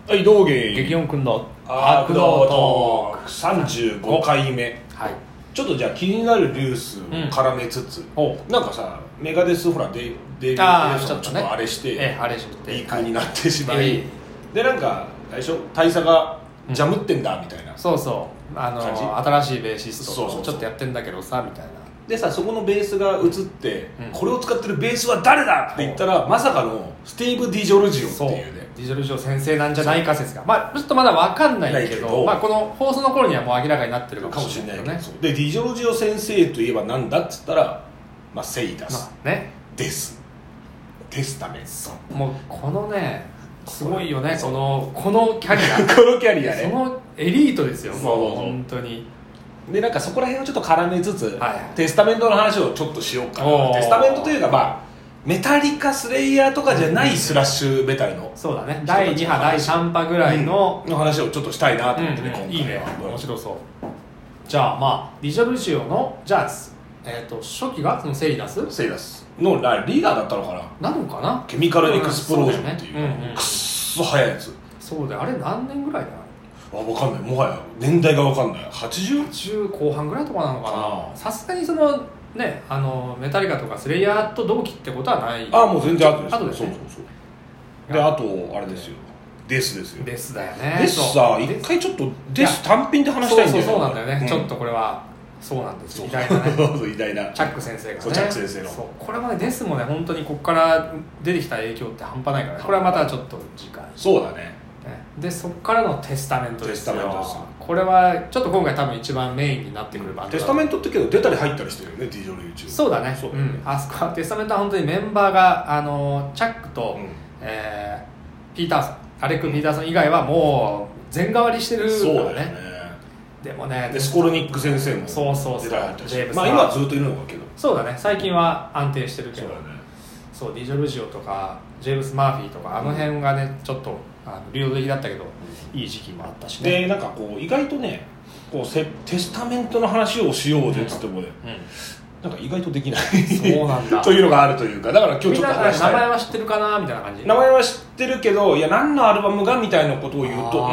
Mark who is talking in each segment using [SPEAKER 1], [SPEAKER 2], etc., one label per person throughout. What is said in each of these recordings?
[SPEAKER 1] はい、道元
[SPEAKER 2] 激音くんの
[SPEAKER 1] 悪道トーク35回目。
[SPEAKER 2] はい。
[SPEAKER 1] ちょっとじゃあ気になるニュースを絡めつつ、なんかさ、メガデスほらデビューちょっとあれして、
[SPEAKER 2] あれして
[SPEAKER 1] リークになってしまい、でなんか最初大佐がジャムってんだみたいな、
[SPEAKER 2] そうそう新しいベーシストとちょっとやってんだけどさみたいな。
[SPEAKER 1] でさ、そこのベースが映って、これを使ってるベースは誰だって言ったら、まさかのスティーブ・ディジョルジオっていうね、
[SPEAKER 2] ディジョルジオ先生なんじゃないか説が、まあちょっとまだ分かんないけど、まあこの放送の頃にはもう明らかになってるかもしれないけどね。
[SPEAKER 1] でディジョルジオ先生といえばなんだっつったら、まあセイダス、デス、テスタメント。
[SPEAKER 2] もうこのね、すごいよね、このキャリア
[SPEAKER 1] このキャリアね、
[SPEAKER 2] そのエリートですよ、もう本当に。
[SPEAKER 1] でなんかそこら辺をちょっと絡めつつ、テスタメントの話をちょっとしようかな。テスタメントというか、まあメタリカ、スレイヤーとかじゃないスラッシュメタルの、
[SPEAKER 2] そうだね、第2波第3波ぐらいの
[SPEAKER 1] 話をちょっとしたいなと思ってね、今回
[SPEAKER 2] いいね、面白そう。じゃあまあディジョルジオのじゃあ初期がそのセイダス
[SPEAKER 1] のリーダーだったのかな、
[SPEAKER 2] なのかな。
[SPEAKER 1] ケミカルエクスプロージョンっていうくっそ速いやつ。
[SPEAKER 2] そうで、あれ何年ぐらいだ。
[SPEAKER 1] 分かんない、もはや年代が分かんない。80
[SPEAKER 2] 後半ぐらいとかなのかな。さすがにそのね、メタリカとかスレイヤーと同期ってことはない。
[SPEAKER 1] もう全然後ですね。
[SPEAKER 2] そう
[SPEAKER 1] で、あとあれですよ、デスですよ。
[SPEAKER 2] デスだよね。
[SPEAKER 1] デスさ、一回ちょっとデス単品で話したいんだよ。
[SPEAKER 2] そうなんだよね、ちょっとこれはそうなんですよ、偉大なね
[SPEAKER 1] 偉大な
[SPEAKER 2] チャック先生がね。
[SPEAKER 1] チャック先生の
[SPEAKER 2] これもね、デスもね、本当にここから出てきた影響って半端ないからね。これはまたちょっと次回。
[SPEAKER 1] そうだね。
[SPEAKER 2] でそこからのテスタメントですよ。これはちょっと今回多分一番メインになってくるバンド。
[SPEAKER 1] テスタメントってけど出たり入ったりしてるよね、ディジョル YouTube。
[SPEAKER 2] そうだね、あそこはテスタメントは本当にメンバーがチャックと、ピーターソン、アレック・ピーターソン以外はもう全変わりしてるからね。
[SPEAKER 1] そうだよね。
[SPEAKER 2] でもね、
[SPEAKER 1] スコルニック先生も
[SPEAKER 2] 出
[SPEAKER 1] たり入ったりして、
[SPEAKER 2] まあ
[SPEAKER 1] 今はずっといるのだけど。
[SPEAKER 2] そうだね、最近は安定してるけど。
[SPEAKER 1] そうだね。
[SPEAKER 2] ディジョルジオとかジェームス・マーフィーとかあの辺がね、ちょっと流動的だったけど、いい時期もあったしね。
[SPEAKER 1] でなんかこう意外とね、こうテスタメントの話をしようぜっつってもね、なんか意外とできない
[SPEAKER 2] そうなんだ
[SPEAKER 1] というのがあるというか、だから今日ちょっと話したい。
[SPEAKER 2] 名前は知ってるかなみたいな感じ。
[SPEAKER 1] 名前は知ってるけど、いや何のアルバムがみたいなことを言うと、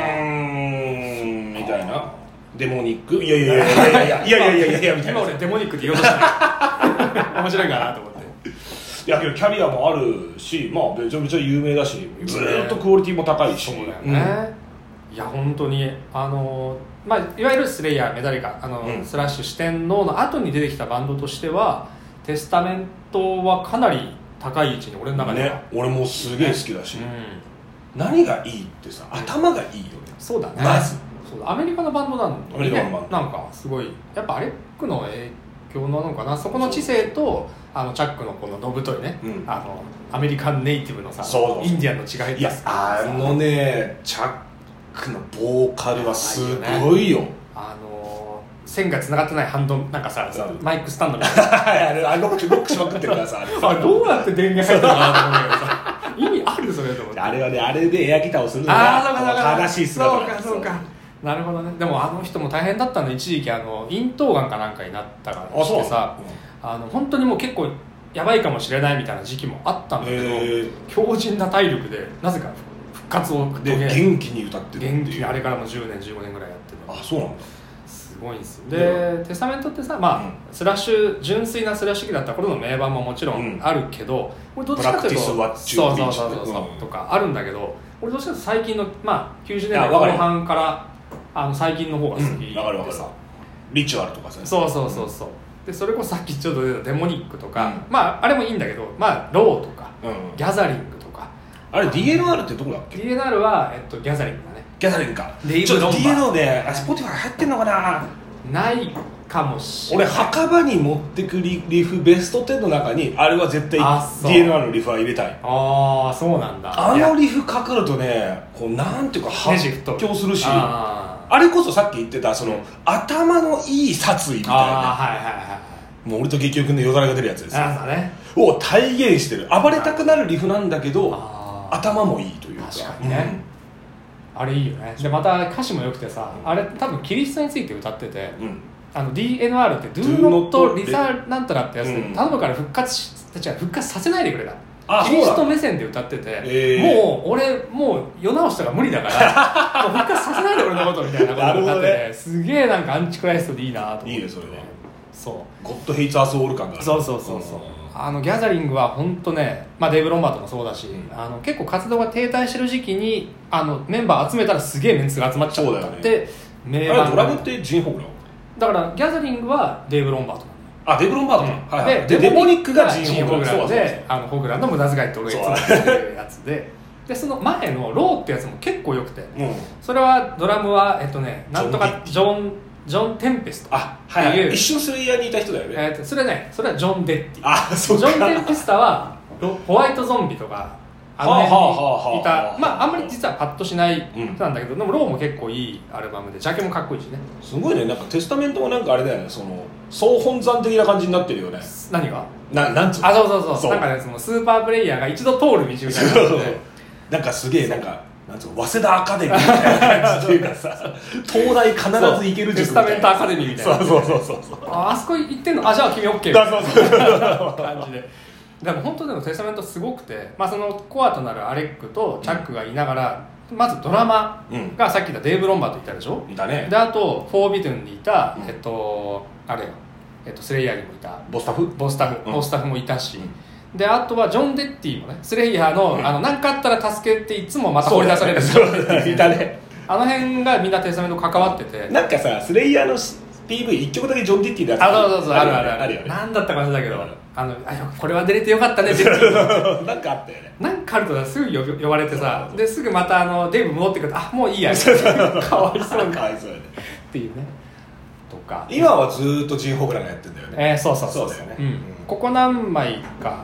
[SPEAKER 1] みたいな。デモニック、いやみたいな。
[SPEAKER 2] 今俺デモニックって言おうとした面白いかなと思って。
[SPEAKER 1] いやけどキャリアもあるし、まあめちゃめちゃ有名だし、ずっとクオリティも高いし。
[SPEAKER 2] そうだよね。いや本当にまあいわゆるスレイヤー、メタリカ、スラッシュ四天王の後に出てきたバンドとしては、テスタメントはかなり高い位置に俺の中では。
[SPEAKER 1] ね、俺もすげえ好きだし、何がいいってさ、頭がいいよね。
[SPEAKER 2] そうだね。
[SPEAKER 1] まず
[SPEAKER 2] アメリカのバンドなんだね。なんかすごいやっぱアレックの影響なのかな。そこの知性とチャックのこののぶといね、アメリカンネイティブのさ、インディアンの違い。
[SPEAKER 1] いやね、チャックのボーカルはすごいよ。
[SPEAKER 2] 線が繋がってないハンドなんかさ、マイクスタンドみたいな
[SPEAKER 1] ロックしまくってるからさ、
[SPEAKER 2] どうやって電源入ってるのかなと思うんだけどさ、意味あるそれと思って。
[SPEAKER 1] あれはね、あれでエアギターをするのが正しい姿なんですよ。
[SPEAKER 2] そうか、なるほどね。でもあの人も大変だったの。一時期咽頭がんかなんかになったからしてさ、本当にもう結構やばいかもしれないみたいな時期もあったんだけど、強靭な体力でなぜか復活を
[SPEAKER 1] で元気に歌ってるっていう。
[SPEAKER 2] 元気にあれからも10年15年ぐらいやってる。
[SPEAKER 1] そうなんだ。
[SPEAKER 2] すごいんですよ。でテスタメントってさ、まあスラッシュ、純粋なスラッシュ機だった頃の名盤ももちろんあるけど、俺どっちかというとそうとかあるんだけど、俺どっちかというと最近の、まあ90年代後半から最近の方が好きでさ、
[SPEAKER 1] リチュアルとかさ。
[SPEAKER 2] そうで、それこそさっきちょっと出たデモニックとか、まああれもいいんだけど、まあローとかギャザリングとか。
[SPEAKER 1] あれ DNR ってどこだっけ？
[SPEAKER 2] DNR はギャザリングだね。
[SPEAKER 1] ギャザリングか。
[SPEAKER 2] ちょっと
[SPEAKER 1] DNR でSpotify 入ってんのかな。
[SPEAKER 2] ないかもしれない。
[SPEAKER 1] 俺墓場に持ってくリフベスト10の中にあれは絶対 DNR のリフは入れたい。
[SPEAKER 2] そうなんだ。
[SPEAKER 1] リフかかるとね、こうなんていうか発狂するし、あれこそさっき言ってたその頭のいい殺意みたいな、もう俺と激おくんのよだれが出るやつですよ、を体現してる。暴れたくなるリフなんだけど頭もいいというか。
[SPEAKER 2] 確かにね、あれいいよね。でまた歌詞も良くてさ、あれ多分キリストについて歌ってて、DNR って Do not リザなんたらってやつで、頼むから復活させないでくれた。 キリスト目線で歌ってて、もう世直しとか無理だからもう復活させないで俺のことみたいなことを歌ってて、ね、すげえなんかアンチクライストでいいなと思って。
[SPEAKER 1] いいねそれは。
[SPEAKER 2] そう
[SPEAKER 1] ゴッドヘイツアスオール感がある。
[SPEAKER 2] そうギャザリングは本当ね、デイブ・ロンバートもそうだし、結構活動が停滞してる時期にメンバー集めたらすげえメンツが集まっちゃったって、
[SPEAKER 1] 名盤ドラムってジン・ホグラン
[SPEAKER 2] だからギャザリングはデイブ・ロンバート
[SPEAKER 1] デイブ・ロンバートか、でデモニックがジン・ホグラン
[SPEAKER 2] でホグランの無駄遣いと俺がいつもやってるやつでその前のローってやつも結構良くて、それはドラムはなんとかジョン・テンペストっていう、
[SPEAKER 1] 一瞬スレイヤーにいた人だよね。
[SPEAKER 2] それはジョン・デッテ
[SPEAKER 1] ィ。ジョ
[SPEAKER 2] ン・テンペスタはホワイトゾンビとかあの辺にいた、あんまり実はパッとしない人なんだけど、でもローも結構いいアルバムでジャケもかっこいいしね。
[SPEAKER 1] すごいね。なんかテスタメントもなんかあれだよね、その総本山的な感じになってるよね。
[SPEAKER 2] 何が
[SPEAKER 1] なんつうの。
[SPEAKER 2] そうなんかね、そのスーパープレイヤーが一度通る道みたいな感じで
[SPEAKER 1] なんかすげえなんかなんつうの、早稲田アカデミーみたいな感じっていうかさ東大必ず行ける
[SPEAKER 2] テスタメントアカデミーみたいな。
[SPEAKER 1] そう
[SPEAKER 2] あそこ行ってんの、じゃあ君 OK みたいな感じで。でも本当でもテスタメントすごくて、そのコアとなるアレックとチャックがいながら、まずドラマがさっき言ったデイブ・ロンバートいたでしょ。
[SPEAKER 1] いたね。
[SPEAKER 2] であとフォービトゥンにいた、あれよ、スレイヤーにもいたボスタフもいたし、であとはジョン・デッティもね、スレイヤーの何かあったら助けっていつもまた掘り出される
[SPEAKER 1] いたね。
[SPEAKER 2] あの辺がみんなテスタメント関わってて、
[SPEAKER 1] なんかさスレイヤーの PV1 曲だけジョン・デッティで
[SPEAKER 2] あるよね。何だったか忘れたけど、これは出れてよかったねって
[SPEAKER 1] なんかあったよね。
[SPEAKER 2] なんかあるとすぐ呼ばれてさ、ですぐまたデイブ戻ってくるともういいやかわいそうにっていうねとか。
[SPEAKER 1] 今はずっとジン・ホグランがやってんだよね。
[SPEAKER 2] そう
[SPEAKER 1] だよね。
[SPEAKER 2] ここ何枚か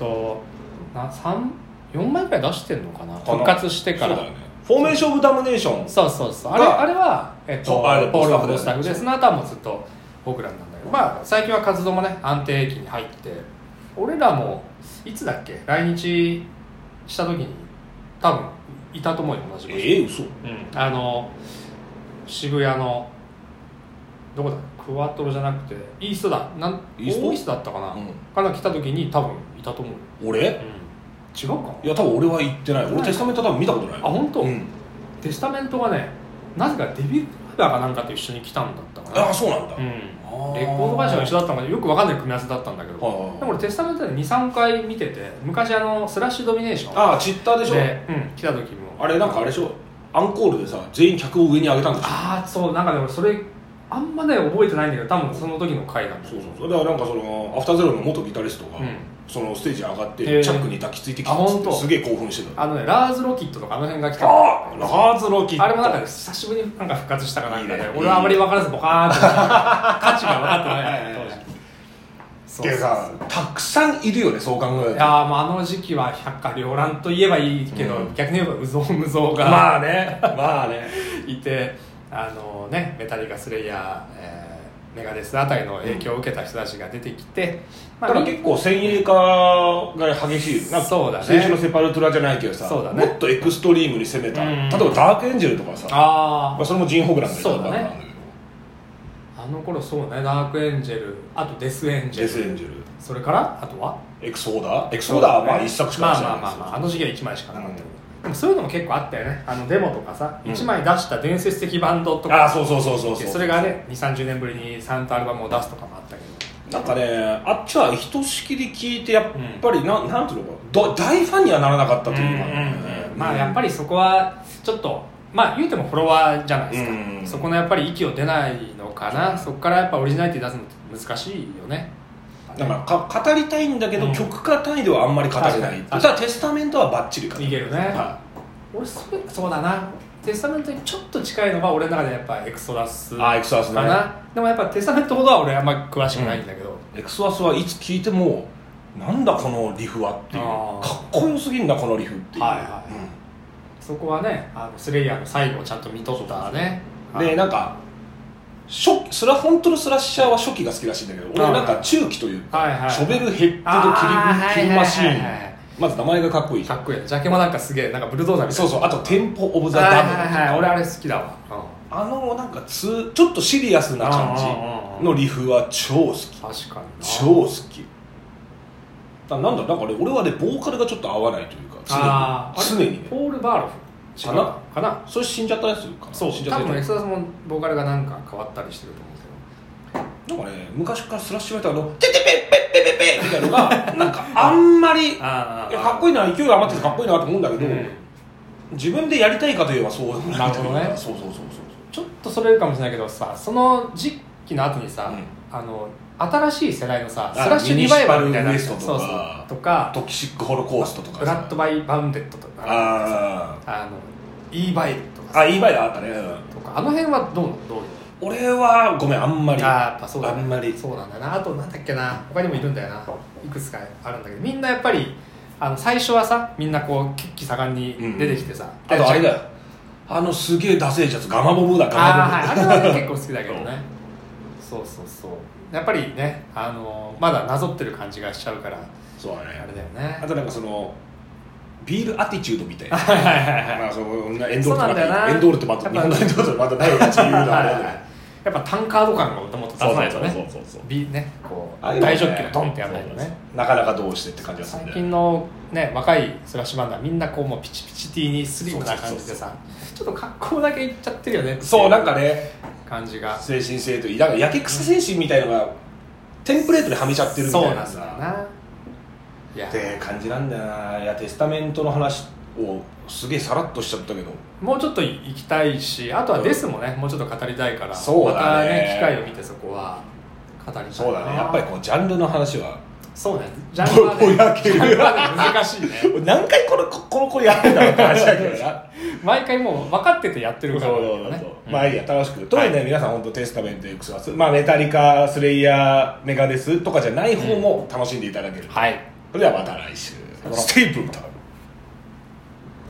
[SPEAKER 2] 4枚くらい出してんのかな、復活してから。
[SPEAKER 1] フォーメーション・オブ・ダムネーション。
[SPEAKER 2] そうあれはポール・ボスタフで、その後はもうずっとホグランなんだけど、最近は活動もね安定期に入って、俺らもいつだっけ来日した時に多分いたと思うよ、同じ場所。
[SPEAKER 1] 嘘。
[SPEAKER 2] 渋谷のどこだ、クワトロじゃなくてイーストだ、イーストだったかな、から来た時に多分いたと思う。
[SPEAKER 1] 俺？
[SPEAKER 2] 違うか。
[SPEAKER 1] いや多分俺は行ってない。俺テスタメント多分見たことない。
[SPEAKER 2] 本当？テスタメントがね、なぜかデビューバーかなんかと一緒に来たんだったかな。
[SPEAKER 1] そうなんだ。
[SPEAKER 2] レコード会社が一緒だったのかよく分かんない組み合わせだったんだけど、でも俺テスタメントで 2,3 回見てて、昔スラッシュドミネーション
[SPEAKER 1] チッターでしょ。
[SPEAKER 2] 来た時も
[SPEAKER 1] あれなんかあれでしょ、アンコールでさ全員客を上に上げたんでしょ。
[SPEAKER 2] そう、なんかでもそれあんまね覚えてないんだけど、多分その時の回なんだ。
[SPEAKER 1] そうだからなんかそのアフターゼロの元ギタリストが、そのステージに上がってチャックに抱きついてきてすげえ興奮してた。
[SPEAKER 2] ラーズ・ロキットとかあの辺が来た。
[SPEAKER 1] ラーズ・ロキット
[SPEAKER 2] あれもなんか久しぶりになんか復活したかなんかで、俺はあまり分からずボカーンって価値が分かってない当時。
[SPEAKER 1] でさ、たくさんいるよね、そう考えると。
[SPEAKER 2] いやあの時期は百花繚乱と言えばいいけど、逆に言えばうぞうむぞうが
[SPEAKER 1] まあね
[SPEAKER 2] いて、メタリカ、スレイヤー、メガデスあたりの影響を受けた人たちが出てきて、
[SPEAKER 1] だから結構先鋭化が激しい。
[SPEAKER 2] そうだね。
[SPEAKER 1] 先週のセパルトラじゃないけどさ、もっとエクストリームに攻めた、例えばダークエンジェルとかさ、それもジン・ホグランがいたんだけど、
[SPEAKER 2] あの頃そうね、ダークエンジェル、あとデスエンジェル、それからあとは
[SPEAKER 1] エクソーダーは1作しかない。
[SPEAKER 2] あの時期は1枚しかなかったけど、でもそういうのも結構あったよね。デモとかさ、1枚出した伝説的バンドとか、
[SPEAKER 1] そう
[SPEAKER 2] それがね 2,30 年ぶりに3アルバムを出すとかもあったけど、
[SPEAKER 1] なんかね、あっちはひとしきり聴いてやっぱり、なんていうのか、大ファンにはならなかったというか、
[SPEAKER 2] やっぱりそこはちょっと言うてもフォロワーじゃないですか、そこのやっぱり息を出ないのかな、そこからやっぱオリジナリティ出すのって難しいよね。
[SPEAKER 1] だから語りたいんだけど、曲家単位ではあんまり語れない。ただテスタメントはバッチリか
[SPEAKER 2] いけるね。俺そうだな、テスタメントにちょっと近いのが俺の中でやっぱエクソダスかな。でもやっぱテスタメントほどは俺あんまり詳しくないんだけど、
[SPEAKER 1] エクソダスはいつ聴いてもなんだこのリフはっていう、かっこよすぎんだこのリフっていう、
[SPEAKER 2] そこはね、スレイヤーの最後をちゃんと見とったね。
[SPEAKER 1] でなんか本当のスラッシャーは初期が好きらしいんだけど、俺なんか中期というか、ショベルヘッドキルマシーン、まず名前がかっこいい。
[SPEAKER 2] かっこいい。ジャケもなんかすげえなんかブルドーザーみたいな。
[SPEAKER 1] あとテンポオブザダム、
[SPEAKER 2] 俺あれ好きだわ。
[SPEAKER 1] なんかちょっとシリアスな感じのリフは超好き。
[SPEAKER 2] 確かに
[SPEAKER 1] 超好きなんかね俺はねボーカルがちょっと合わないというか常にね
[SPEAKER 2] ポール・バーロフかな
[SPEAKER 1] それ死んじゃったやつかな。
[SPEAKER 2] そう多分エクサダスもボーカルがなんか変わったりしてると思う
[SPEAKER 1] けどなんかね昔からスラッシュメタルのテテペッペッペッペッペッみたいなのがなんかあんまりかっこいいな勢いが余っててかっこいいなと思うんだけど、自分でやりたいかといえばそうでもない。
[SPEAKER 2] なるほどね。そうちょっとそれるかもしれないけどさ、その時期の後にさ、新しい世代のさスラッシュリバイバルみたいな
[SPEAKER 1] とかトキシックホロコーストとか
[SPEAKER 2] ブラッドバイバウンデッドとかイーバイルとか
[SPEAKER 1] イーバイルあったね、
[SPEAKER 2] とかあの辺はどういう
[SPEAKER 1] 俺はごめんあんまり
[SPEAKER 2] やっぱそうだ、
[SPEAKER 1] ね、あんまり
[SPEAKER 2] そうなんだな。あとなんだっけな他にもいるんだよないくつかあるんだけどみんなやっぱり最初はさみんなこう血気盛んに出てきてさ、
[SPEAKER 1] あとあれだよすげえダセえやつガマボムだガマボム
[SPEAKER 2] あれは、ね、結構好きだけどねそうやっぱりねまだなぞってる感じがしちゃうから
[SPEAKER 1] そうだね
[SPEAKER 2] あれだよね。
[SPEAKER 1] あとなんかそのビールアティチュードみたいなまあそのエンドールってまた日本のエンドールとまたないやつ言うのはね
[SPEAKER 2] やっぱタンカード感がもともと出さないとねこう大ジョッキのドンってやらないとね
[SPEAKER 1] なかなかどうしてって感じがするんで
[SPEAKER 2] 最近のね若いスラッシュバンドはみんなこうもうピチピチ T にスリムな感じでさちょっと格好だけいっちゃってるよねって
[SPEAKER 1] そうなんかね
[SPEAKER 2] 感じが
[SPEAKER 1] 精神性といいだからやけくそ精神みたいのがテンプレートではめちゃってるみたいなさ
[SPEAKER 2] そうなんだよな
[SPEAKER 1] って感じなんだよな。いやテスタメントの話をすげえさらっとしちゃったけど
[SPEAKER 2] もうちょっと行きたいしあとはデスもね、もうちょっと語りたいから
[SPEAKER 1] そうだね、
[SPEAKER 2] またね機会を見てそこは語りたいな。
[SPEAKER 1] そうだねやっぱりこうジャンルの話は
[SPEAKER 2] そうねジャンルはね
[SPEAKER 1] ぼやける
[SPEAKER 2] 難しいね
[SPEAKER 1] 何回この子やってんだろうって話だけどな
[SPEAKER 2] 毎回もう分かっててやってるからね
[SPEAKER 1] まあいいや楽しく特にね、皆さん本当テスタメント X はまあメタリカスレイヤーメガデスとかじゃない方も楽しんでいただける、
[SPEAKER 2] はい。
[SPEAKER 1] それではまた来週ステイブルーター